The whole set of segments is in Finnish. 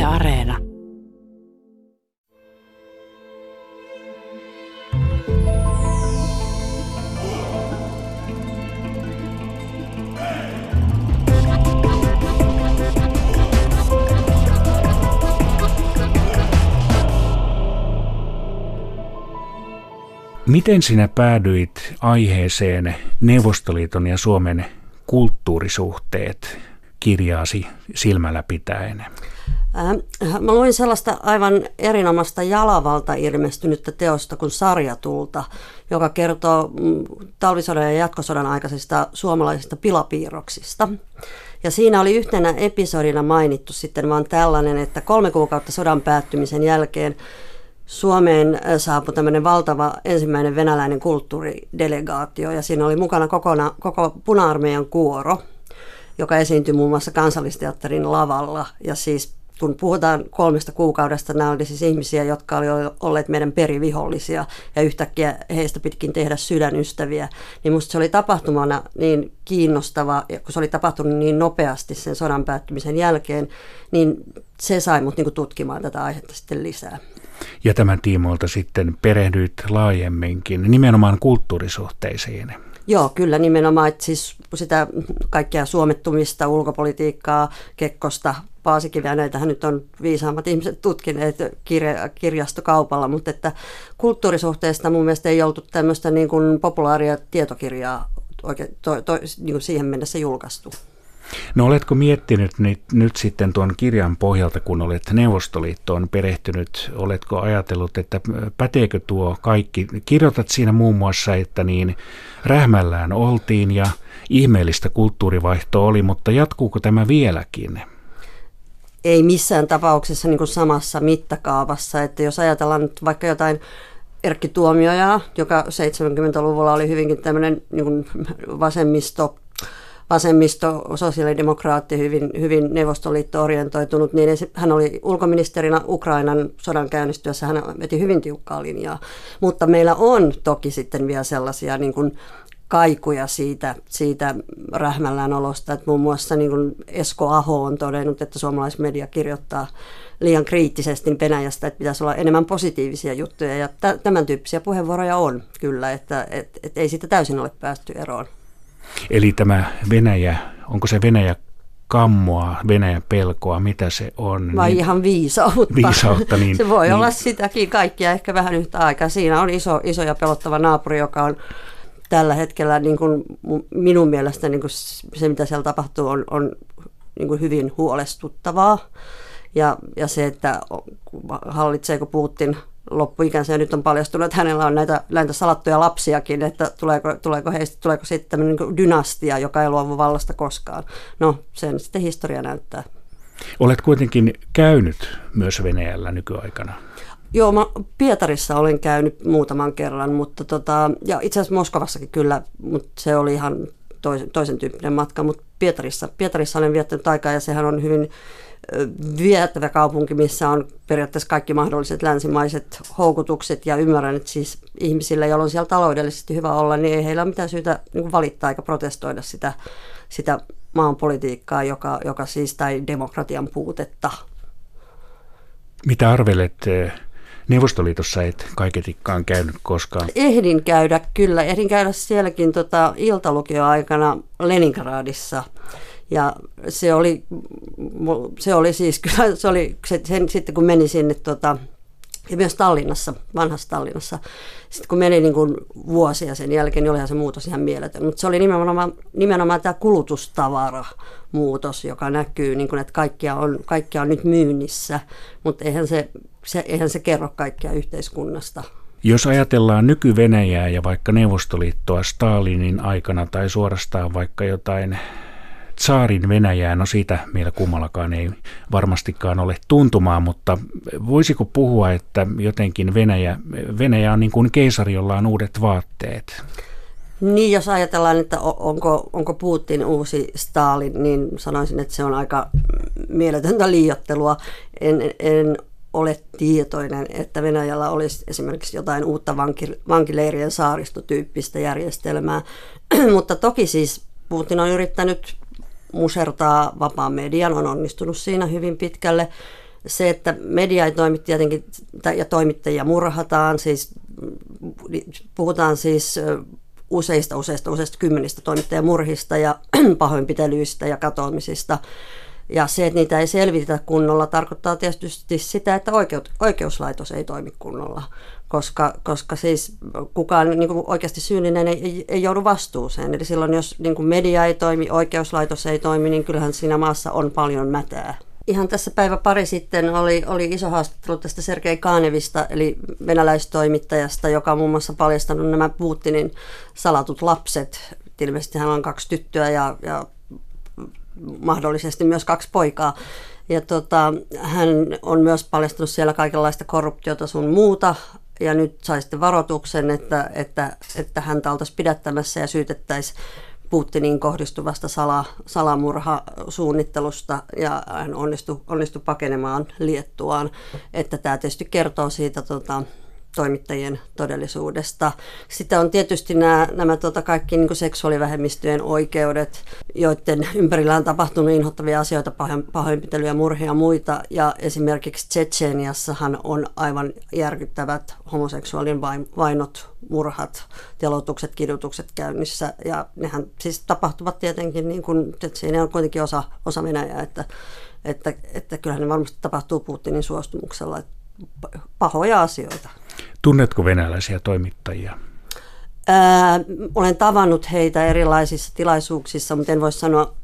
Yle Areena. Miten sinä päädyit aiheeseen Neuvostoliiton ja Suomen kulttuurisuhteet kirjaasi silmällä pitäen? Mä luin sellaista aivan erinomaista Jalavalta ilmestynyttä teosta kuin Sarjatulta, joka kertoo talvisodan ja jatkosodan aikaisista suomalaisista pilapiirroksista. Ja siinä oli yhtenä episodina mainittu sitten vaan tällainen, että 3 kuukautta sodan päättymisen jälkeen Suomeen saapui tämmöinen valtava ensimmäinen venäläinen kulttuuridelegaatio, ja siinä oli mukana koko Puna-armeijan kuoro, joka esiintyi muun muassa Kansallisteatterin lavalla. Ja siis kun puhutaan 3 kuukaudesta, nämä oli siis ihmisiä, jotka olivat olleet meidän perivihollisia, ja yhtäkkiä heistä pitkin tehdä sydänystäviä. Niin musta se oli tapahtumana niin kiinnostava, ja kun se oli tapahtunut niin nopeasti sen sodan päättymisen jälkeen, niin se sai mut niinku tutkimaan tätä aihetta sitten lisää. Ja tämän tiimoilta sitten perehdyit laajemminkin nimenomaan kulttuurisuhteisiin. Joo, kyllä nimenomaan, että siis sitä kaikkea suomettumista, ulkopolitiikkaa, Kekkosta, Paasikiveä, näitähän nyt on viisaammat ihmiset tutkineet kirjastokaupalla, mutta että kulttuurisuhteista mun mielestä ei oltu tämmöistä niin kuin populaaria tietokirjaa oikein niin kuin siihen mennessä julkaistu. No oletko miettinyt nyt sitten tuon kirjan pohjalta, kun olet Neuvostoliittoon perehtynyt, oletko ajatellut, että päteekö tuo kaikki? Kirjoitat siinä muun muassa, että niin rähmällään oltiin ja ihmeellistä kulttuurivaihtoa oli, mutta jatkuuko tämä vieläkin? Ei missään tapauksessa niin kuin samassa mittakaavassa, että jos ajatellaan nyt vaikka jotain Erkki Tuomiojaa, joka 70-luvulla oli hyvinkin tämmöinen niin kuin vasemmisto, sosiaalidemokraatti, hyvin Neuvostoliitto-orientoitunut, niin hän oli ulkoministerinä Ukrainan sodan käynnistyessä, hän veti hyvin tiukkaa linjaa. Mutta meillä on toki sitten vielä sellaisia niin kuin kaikuja siitä rähmällään olosta, että muun muassa niin kuin Esko Aho on todennut, että suomalaismedia kirjoittaa liian kriittisesti Venäjästä, että pitäisi olla enemmän positiivisia juttuja, ja tämän tyyppisiä puheenvuoroja on kyllä, että ei siitä täysin ole päästy eroon. Eli tämä Venäjä, onko se Venäjä kammoa, Venäjän pelkoa, mitä se on? Vai ihan viisautta. Viisautta, niin. Se voi olla sitäkin kaikkia ehkä vähän yhtä aikaa. Siinä on iso ja pelottava naapuri, joka on tällä hetkellä niin kuin minun mielestä niin kuin se, mitä siellä tapahtuu, on niin kuin hyvin huolestuttavaa. Ja se, että hallitseeko Putin loppuikänsä, ja nyt on paljastunut, että hänellä on näitä salattuja lapsiakin, että tuleeko sitten tämmöinen niin dynastia, joka ei luovu vallasta koskaan. No, sen sitten historia näyttää. Olet kuitenkin käynyt myös Venäjällä nykyaikana. Joo, mä Pietarissa olen käynyt muutaman kerran, mutta ja itse asiassa Moskovassakin kyllä, mutta se oli ihan toisen tyyppinen matka, mutta Pietarissa olen viettänyt aikaa, ja sehän on hyvin viettävä kaupunki, missä on periaatteessa kaikki mahdolliset länsimaiset houkutukset, ja ymmärrän, että siis ihmisillä, joilla on siellä taloudellisesti hyvä olla, niin ei heillä ole mitään syytä niin kuin valittaa eikä protestoida sitä maan politiikkaa, joka siis, tai demokratian puutetta. Mitä arvelet? Neuvostoliitossa et kaiketikkaan käynyt koskaan. Ehdin käydä sielläkin iltalukioaikana Leningradissa. Ja se oli siis kyllä, sitten kun meni sinne, ja myös Tallinnassa, vanhassa Tallinnassa, sitten kun meni niin kuin vuosia sen jälkeen, niin olihan se muutos ihan mieletön. Mutta se oli nimenomaan tämä kulutustavaramuutos, joka näkyy, niin kuin, että kaikkia on nyt myynnissä, mutta eihän se kerro kaikkea yhteiskunnasta. Jos ajatellaan nyky-Venäjää ja vaikka Neuvostoliittoa Stalinin aikana tai suorastaan vaikka jotain tsaarin Venäjää, no siitä meillä kummallakaan ei varmastikaan ole tuntumaa, mutta voisiko puhua, että jotenkin Venäjä on niin kuin keisari, jolla on uudet vaatteet? Niin, jos ajatellaan, että onko Putin uusi Stalin, niin sanoisin, että se on aika mieletöntä liioittelua. En ole tietoinen, että Venäjällä olisi esimerkiksi jotain uutta vankileirien saaristotyyppistä järjestelmää, mutta toki siis Putin on yrittänyt musertaa vapaan median, on onnistunut siinä hyvin pitkälle. Se, että media ei toimi tietenkin ja toimittajia murhataan, siis puhutaan siis useista kymmenistä toimittajamurhista ja pahoinpitelyistä ja katoamisista. Ja se, että niitä ei selvitetä kunnolla, tarkoittaa tietysti sitä, että oikeuslaitos ei toimi kunnolla, koska siis kukaan niin kuin oikeasti syyllinen ei joudu vastuuseen. Eli silloin, jos niin kuin media ei toimi, oikeuslaitos ei toimi, niin kyllähän siinä maassa on paljon mätää. Ihan tässä päivä pari sitten oli iso haastattelu tästä Sergei Kanevista, eli venäläistoimittajasta, joka on muun muassa paljastanut nämä Putinin salatut lapset. Ilmeisesti hän on 2 tyttöä ja mahdollisesti myös 2 poikaa. Ja hän on myös paljastanut siellä kaikenlaista korruptiota sun muuta. Ja nyt sai sitten varoituksen, että häntä oltaisiin pidättämässä ja syytettäisiin Putiniin kohdistuvasta salamurhasuunnittelusta, ja hän onnistui pakenemaan Liettuaan. Että tämä tietysti kertoo siitä toimittajien todellisuudesta. Sitten on tietysti nämä kaikki niin kuin seksuaalivähemmistöjen oikeudet, joiden ympärillä on tapahtunut inhottavia asioita, pahoinpitelyjä, murhia ja muita. Ja esimerkiksi Tšetšeniassahan on aivan järkyttävät homoseksuaalien vainot, murhat, teloitukset, kidutukset käynnissä. Ja nehän siis tapahtuvat tietenkin, niin kuin Tšetšenia on kuitenkin osa Venäjää, että kyllähän ne varmasti tapahtuu Putinin suostumuksella. Pahoja asioita. Tunnetko venäläisiä toimittajia? Olen tavannut heitä erilaisissa tilaisuuksissa, mutta en voi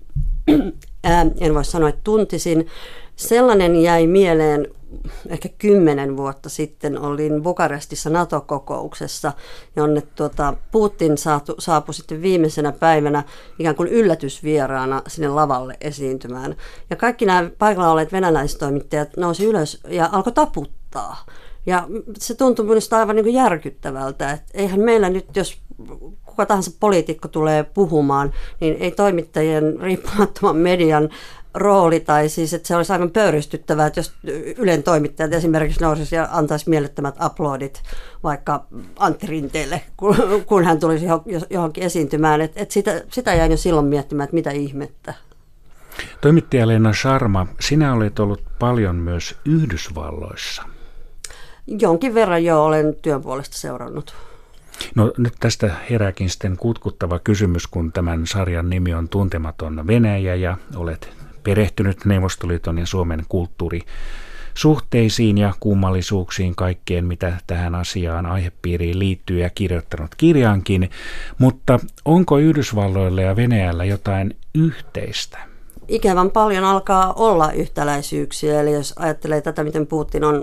sanoa, että tuntisin. Sellainen jäi mieleen ehkä 10 vuotta sitten. Olin Bukarestissa NATO-kokouksessa, jonne Putin saapui sitten viimeisenä päivänä ikään kuin yllätysvieraana sinne lavalle esiintymään. Ja kaikki nämä paikalla olleet venäläistoimittajat nousi ylös ja alkoi taputtaa. Ja se tuntui minusta aivan niin kuin järkyttävältä, että eihän meillä nyt, jos kuka tahansa poliitikko tulee puhumaan, niin ei toimittajien riippumattoman median rooli, tai siis, että se olisi aivan pöyristyttävää, että jos Ylen toimittajat esimerkiksi nousisi ja antaisi mielettömät aplodit vaikka Antti Rinteelle, kun hän tulisi johonkin esiintymään. Että sitä jäin jo silloin miettimään, että mitä ihmettä. Toimittaja Leena Sharma, sinä olet ollut paljon myös Yhdysvalloissa. Jonkin verran jo olen työn puolesta seurannut. No nyt tästä herääkin sitten kutkuttava kysymys, kun tämän sarjan nimi on Tuntematon Venäjä ja olet perehtynyt Neuvostoliiton ja Suomen kulttuurisuhteisiin ja kummallisuuksiin, kaikkeen mitä tähän asiaan, aihepiiriin liittyy ja kirjoittanut kirjaankin. Mutta onko Yhdysvalloilla ja Venäjällä jotain yhteistä? Ikävän paljon alkaa olla yhtäläisyyksiä, eli jos ajattelee tätä, miten Putin on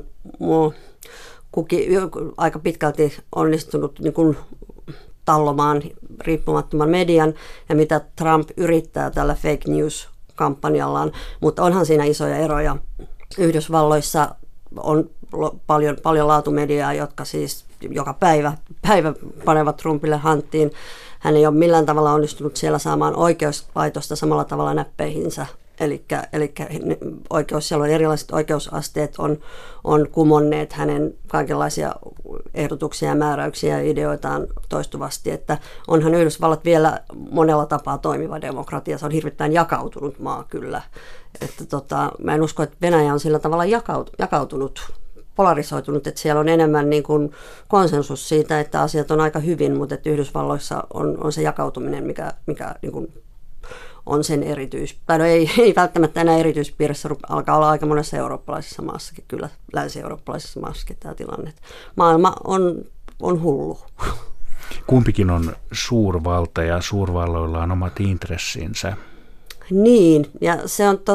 aika pitkälti onnistunut niin kuin tallomaan riippumattoman median ja mitä Trump yrittää tällä fake news-kampanjallaan, mutta onhan siinä isoja eroja. Yhdysvalloissa on paljon laatumediaa, jotka siis joka päivä panevat Trumpille hanttiin. Hän ei ole millään tavalla onnistunut siellä saamaan oikeuslaitosta samalla tavalla näppeihinsä. Eli siellä on erilaiset oikeusasteet on kumonneet hänen kaikenlaisia ehdotuksia ja määräyksiä ja ideoitaan toistuvasti, että onhan Yhdysvallat vielä monella tapaa toimiva demokratia. Se on hirvittäin jakautunut maa kyllä. Että mä en usko, että Venäjä on sillä tavalla jakautunut, polarisoitunut, että siellä on enemmän niin kuin konsensus siitä, että asiat on aika hyvin, mutta että Yhdysvalloissa on se jakautuminen, mikä niin kuin on sen ei välttämättä enää erityispiirissä, alkaa olla aika monessa eurooppalaisessa maassakin, kyllä länsi-eurooppalaisessa maassakin tämä tilanne. Maailma on hullu. Kumpikin on suurvalta ja suurvalloilla on omat intressinsä. Niin, ja se on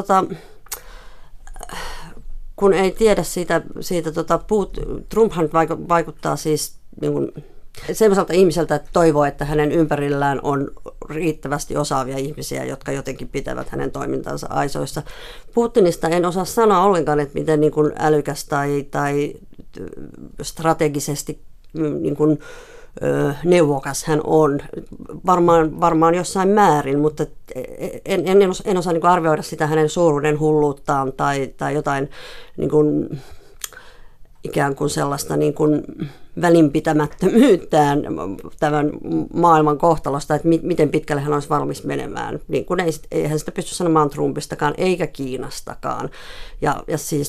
kun ei tiedä siitä Trumphan vaikuttaa siis niin kuin sellaiselta ihmiseltä, että toivoo, että hänen ympärillään on riittävästi osaavia ihmisiä, jotka jotenkin pitävät hänen toimintansa aisoissa. Putinista en osaa sanoa ollenkaan, että miten niin kuin älykäs tai strategisesti niin kuin neuvokas hän on. Varmaan jossain määrin, mutta en osaa niin kuin arvioida sitä hänen suuruuden hulluuttaan tai jotain niin kuin ikään kuin sellaista niin kuin välinpitämättömyyttään tämän maailman kohtalosta, että miten pitkälle hän olisi valmis menemään. Niin kuin eihän sitä pysty sanomaan Trumpistakaan eikä Kiinastakaan. Ja siis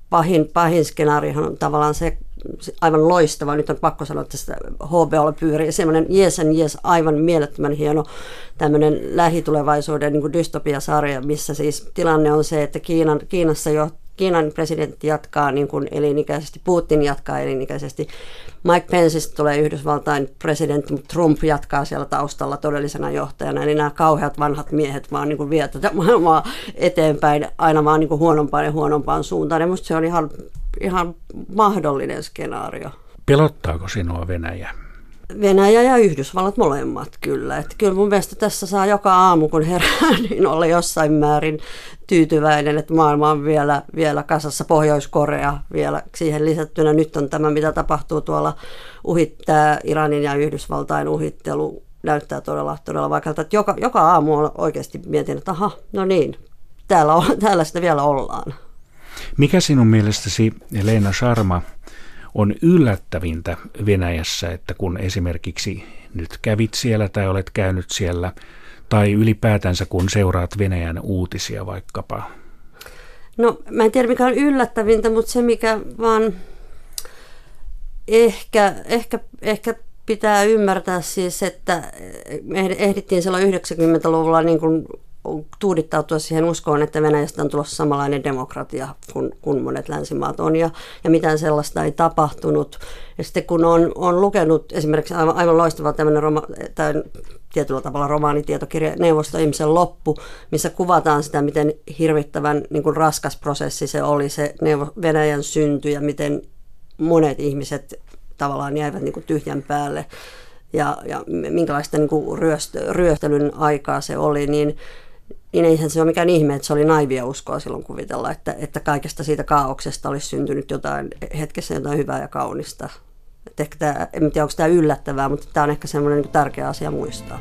pahin skenaariohan on tavallaan se aivan loistava, nyt on pakko sanoa, että tästä HBOlla pyörii semmoinen Yes and Yes, aivan mielettömän hieno tämmöinen lähitulevaisuuden niin kuin dystopiasarja, missä siis tilanne on se, että Kiinan presidentti jatkaa niin kuin elinikäisesti, Putin jatkaa elinikäisesti, Mike Pencestä tulee Yhdysvaltain presidentti, mutta Trump jatkaa siellä taustalla todellisena johtajana, eli nämä kauheat vanhat miehet vaan niin kuin vie tätä maailmaa eteenpäin aina vaan niin kuin huonompaan ja huonompaan suuntaan, ja musta se on ihan mahdollinen skenaario. Pelottaako sinua Venäjä? Venäjä ja Yhdysvallat molemmat kyllä. Että kyllä mun mielestä tässä saa joka aamu, kun herää, niin olla jossain määrin tyytyväinen, että maailma on vielä kasassa. Pohjois-Korea vielä siihen lisättynä. Nyt on tämä, mitä tapahtuu tuolla tämä Iranin ja Yhdysvaltain uhittelu näyttää todella vaikalta. Että joka aamu on oikeasti mietin, että aha, no niin, täällä sitä vielä ollaan. Mikä sinun mielestäsi, Leena Sarma, on yllättävintä Venäjässä, että kun esimerkiksi nyt kävit siellä tai olet käynyt siellä, tai ylipäätänsä kun seuraat Venäjän uutisia vaikkapa? No mä en tiedä mikä on yllättävintä, mutta se mikä vaan ehkä pitää ymmärtää siis, että me ehdittiin silloin 90-luvulla niin kuin tuudittautua siihen uskoon, että Venäjästä on tulossa samanlainen demokratia kuin monet länsimaat on, ja mitään sellaista ei tapahtunut. Ja sitten kun on lukenut esimerkiksi aivan loistava tämmöinen tietyllä tavalla romaanitietokirja Neuvostoihmisen loppu, missä kuvataan sitä, miten hirvittävän niin kuin raskas prosessi se oli, se Venäjän synty, ja miten monet ihmiset tavallaan jäivät niin kuin tyhjän päälle, ja minkälaista niin kuin ryöstelyn aikaa se oli, niin eihän se ole mikään ihme, että se oli naivia uskoa silloin kuvitella, että kaikesta siitä kaauksesta olisi syntynyt hetkessä jotain hyvää ja kaunista. En tiedä, onko tämä yllättävää, mutta tämä on ehkä semmoinen niin tärkeä asia muistaa.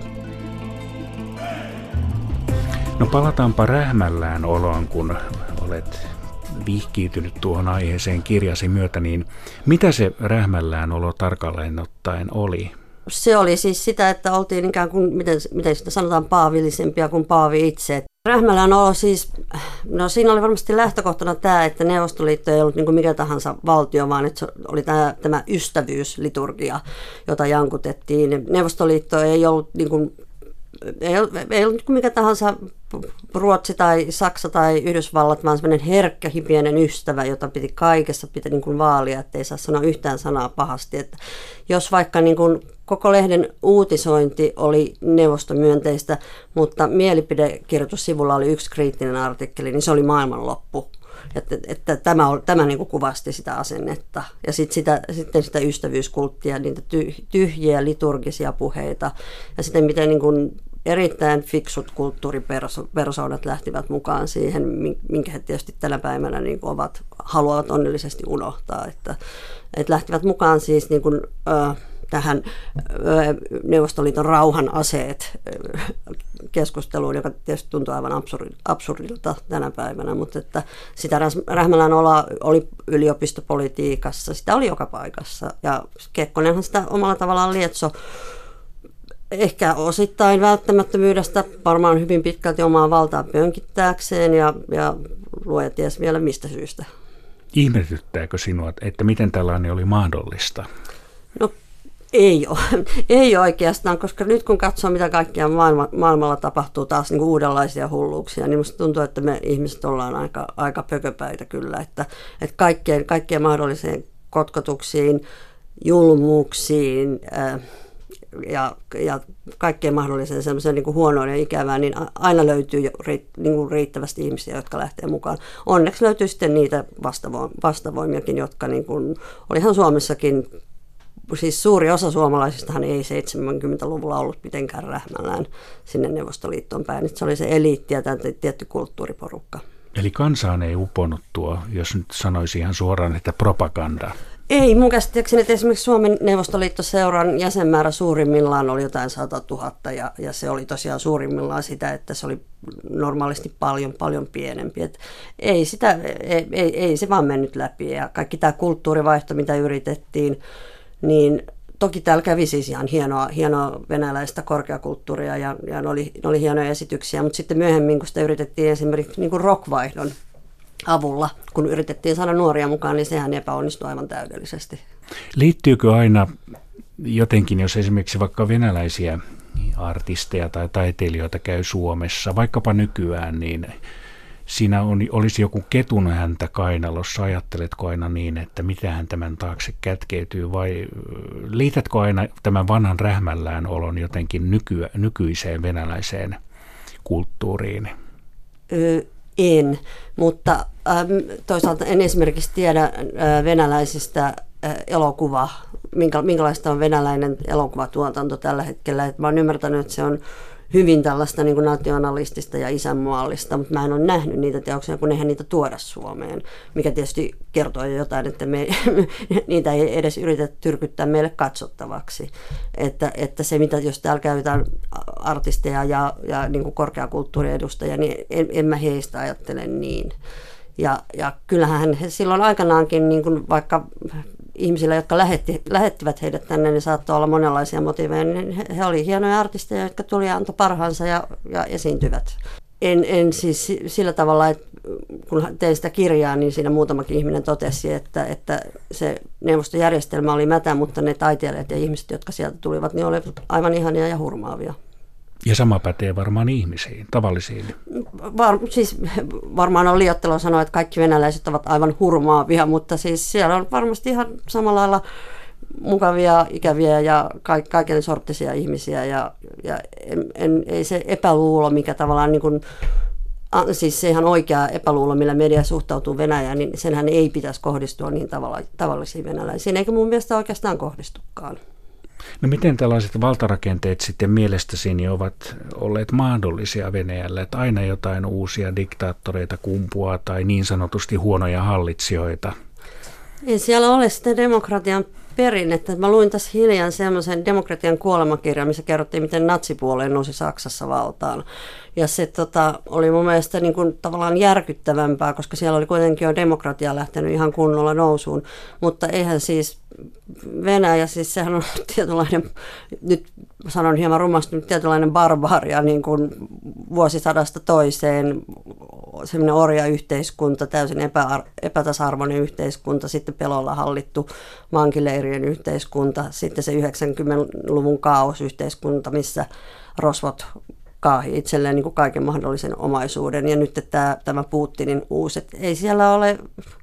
No palataanpa rähmällään oloon, kun olet vihkiytynyt tuohon aiheeseen kirjasi myötä, niin mitä se rähmällään olo tarkalleen ottaen oli? Se oli siis sitä, että oltiin ikään kuin, miten sitä sanotaan, paavillisempia kuin Paavi itse. Rähmällään olo siis, no siinä oli varmasti lähtökohtana tämä, että Neuvostoliitto ei ollut niin kuin mikä tahansa valtio, vaan että se oli tämä ystävyysliturgia, jota jankutettiin. Neuvostoliitto ei ollut niin kuin, ei ollut mikä tahansa Ruotsi tai Saksa tai Yhdysvallat, vaan semmoinen herkkä, hipienen ystävä, jota piti kaikessa niin kuin vaalia, ettei saa sanoa yhtään sanaa pahasti. Että jos vaikka niin kuin koko lehden uutisointi oli neuvostomyönteistä, mutta mielipidekirjoitussivulla oli yksi kriittinen artikkeli, niin se oli maailmanloppu. Että tämä niin kuin kuvasti sitä asennetta. Ja sitten sitä ystävyyskulttia, niitä tyhjiä liturgisia puheita, ja sitten miten niin kuin erittäin fiksut kulttuuripersoonat lähtivät mukaan siihen, minkä he tietysti tänä päivänä niin kuin haluavat onnellisesti unohtaa. Että lähtivät mukaan siis niin kuin, tähän Neuvostoliiton rauhan aseet keskusteluun, joka tietysti tuntuu aivan absurdilta tänä päivänä, mutta että sitä Rähmällään oli yliopistopolitiikassa, sitä oli joka paikassa, ja Kekkonenhan sitä omalla tavallaan lietsoi ehkä osittain välttämättömyydestä, varmaan hyvin pitkälti omaa valtaa pönkittääkseen, ja luoja ties vielä mistä syystä. Ihmetyttääkö sinua, että miten tällainen oli mahdollista? No ei oikeastaan, koska nyt kun katsoo, mitä kaikkia maailmalla tapahtuu taas niin kuin uudenlaisia hulluuksia, niin musta tuntuu, että me ihmiset ollaan aika pököpäitä kyllä, että kaikkeen mahdolliseen kotkotuksiin, julmuuksiin ja kaikkeen mahdolliseen semmoiseen niin kuin huonoon ja ikävään, niin aina löytyy niin kuin riittävästi ihmisiä, jotka lähtee mukaan. Onneksi löytyy sitten niitä vastavoimiakin, jotka niin kuin, olihan Suomessakin. Siis suuri osa suomalaisistahan ei 70-luvulla ollut mitenkään rähmällään sinne Neuvostoliittoon päin. Se oli se eliitti ja tämä tietty kulttuuriporukka. Eli kansaan ei uponut tuo, jos nyt sanoisi ihan suoraan, että propaganda. Ei, mun käsittääkseni, että esimerkiksi Suomen Neuvostoliittoseuran jäsenmäärä suurimmillaan oli jotain 100 000 ja se oli tosiaan suurimmillaan sitä, että se oli normaalisti paljon pienempi. Et ei se vaan mennyt läpi ja kaikki tämä kulttuurivaihto, mitä yritettiin, niin toki täällä kävi siis ihan hienoa venäläistä korkeakulttuuria ja ne oli hienoja esityksiä, mutta sitten myöhemmin, kun sitä yritettiin esimerkiksi niin kuin rockvaihdon avulla, kun yritettiin saada nuoria mukaan, niin sehän epäonnistui aivan täydellisesti. Liittyykö aina jotenkin, jos esimerkiksi vaikka venäläisiä artisteja tai taiteilijoita käy Suomessa, vaikkapa nykyään, niin siinä olisi joku ketun häntä kainalossa. Ajatteletko aina niin, että mitähän tämän taakse kätkeytyy, vai liitätkö aina tämän vanhan rähmällään olon jotenkin nykyiseen venäläiseen kulttuuriin? En, mutta toisaalta en esimerkiksi tiedä venäläisistä minkälaista on venäläinen elokuvatuotanto tällä hetkellä. Mä oon ymmärtänyt, että se on hyvin tällaista niin kuin nationalistista ja isänmaallista, mutta mä en ole nähnyt niitä teoksia, kun eihän niitä tuoda Suomeen, mikä tietysti kertoo jo jotain, että niitä ei edes yritetä tyrkyttää meille katsottavaksi. Että se, mitä jos täällä käytetään artisteja ja niin kuin korkeakulttuuriedustajia, niin en mä heistä ajattele niin. Ja kyllähän he silloin aikanaankin, niin kuin vaikka ihmisillä, jotka lähettivät heidät tänne, niin saattoi olla monenlaisia motiiveja, niin he olivat hienoja artisteja, jotka tuli ja antoi parhaansa ja esiintyvät. En siis sillä tavalla, että kun tein sitä kirjaa, niin siinä muutamakin ihminen totesi, että se neuvostojärjestelmä oli mätä, mutta ne taiteilijat ja ihmiset, jotka sieltä tulivat, niin olivat aivan ihania ja hurmaavia. Ja sama pätee varmaan ihmisiin, tavallisiin. Siis varmaan on liioittelua sanoa, että kaikki venäläiset ovat aivan hurmaavia, mutta siis siellä on varmasti ihan samalla lailla mukavia, ikäviä ja kaiken sorttisia ihmisiä. Ja ei se epäluulo, mikä tavallaan, niin kuin, siis se ihan oikea epäluulo, millä media suhtautuu Venäjään, niin senhän ei pitäisi kohdistua niin tavallisiin venäläisiin, eikä mun mielestä oikeastaan kohdistukaan. No miten tällaiset valtarakenteet sitten mielestäsi ovat olleet mahdollisia Venäjällä, että aina jotain uusia diktaattoreita kumpuaa tai niin sanotusti huonoja hallitsijoita? Ei siellä ole sitä demokratian perinnettä. Mä luin tässä hiljan semmoisen demokratian kuolemakirjan, missä kerrottiin, miten natsipuolue nousi Saksassa valtaan. Ja se oli mun mielestä niin kuin tavallaan järkyttävämpää, koska siellä oli kuitenkin jo demokratia lähtenyt ihan kunnolla nousuun. Mutta eihän siis Venäjä, siis sehän on tietynlainen, nyt sanon hieman rumasti, tietynlainen barbaaria niin kuin vuosisadasta toiseen, semmoinen orjayhteiskunta, täysin epätasa-arvoinen yhteiskunta, sitten pelolla hallittu vankileirien yhteiskunta, sitten se 90-luvun kaosyhteiskunta, missä rosvot kaahi itselleen niin kuin kaiken mahdollisen omaisuuden. Ja nyt tämä Putinin uusi, että ei siellä ole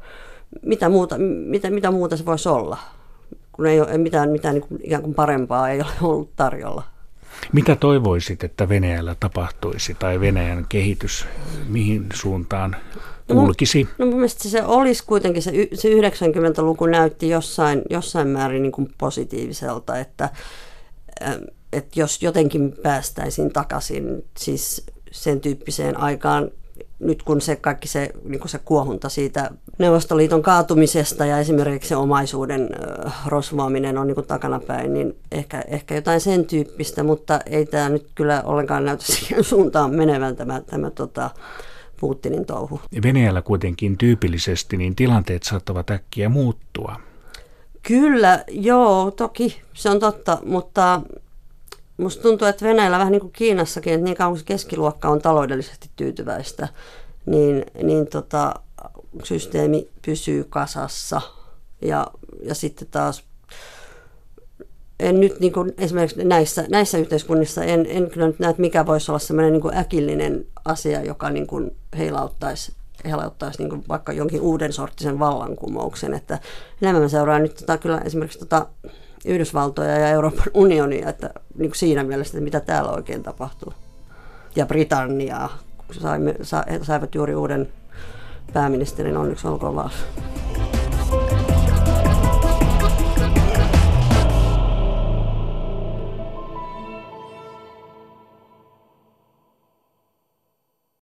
mitä muuta se voisi olla, kun ei ole mitään niin kuin ikään kuin parempaa ei ole ollut tarjolla. Mitä toivoisit, että Venäjällä tapahtuisi tai Venäjän kehitys, mihin suuntaan kulkisi? No mun mielestä se olisi kuitenkin, se 90-luku näytti jossain määrin niin kuin positiiviselta, että jos jotenkin päästäisiin takaisin siis sen tyyppiseen aikaan, nyt kun se kaikki niin kuin se kuohunta siitä Neuvostoliiton kaatumisesta ja esimerkiksi se omaisuuden rosvaaminen on niin kuin takanapäin, niin ehkä jotain sen tyyppistä, mutta ei tämä nyt kyllä ollenkaan näytä siihen suuntaan menevän tämä Putinin touhu. Venäjällä kuitenkin tyypillisesti niin tilanteet saattavat äkkiä muuttua. Kyllä, joo, toki se on totta, mutta musta tuntuu, että Venäjällä vähän niin kuin Kiinassakin, että niin kauan kuin keskiluokka on taloudellisesti tyytyväistä, niin systeemi pysyy kasassa. Ja sitten taas, en nyt niin kuin esimerkiksi näissä yhteiskunnissa, en kyllä nyt näe, että mikä voisi olla sellainen niin kuin äkillinen asia, joka niin kuin heilauttaisi niin kuin vaikka jonkin uuden sorttisen vallankumouksen. Että enemmän mä seuraan nyt kyllä esimerkiksi Yhdysvaltoja ja Euroopan unionia, että niin kuin siinä mielessä, että mitä täällä oikein tapahtuu. Ja Britanniaa, saivat juuri uuden pääministerin, onneksi olkoon vaan.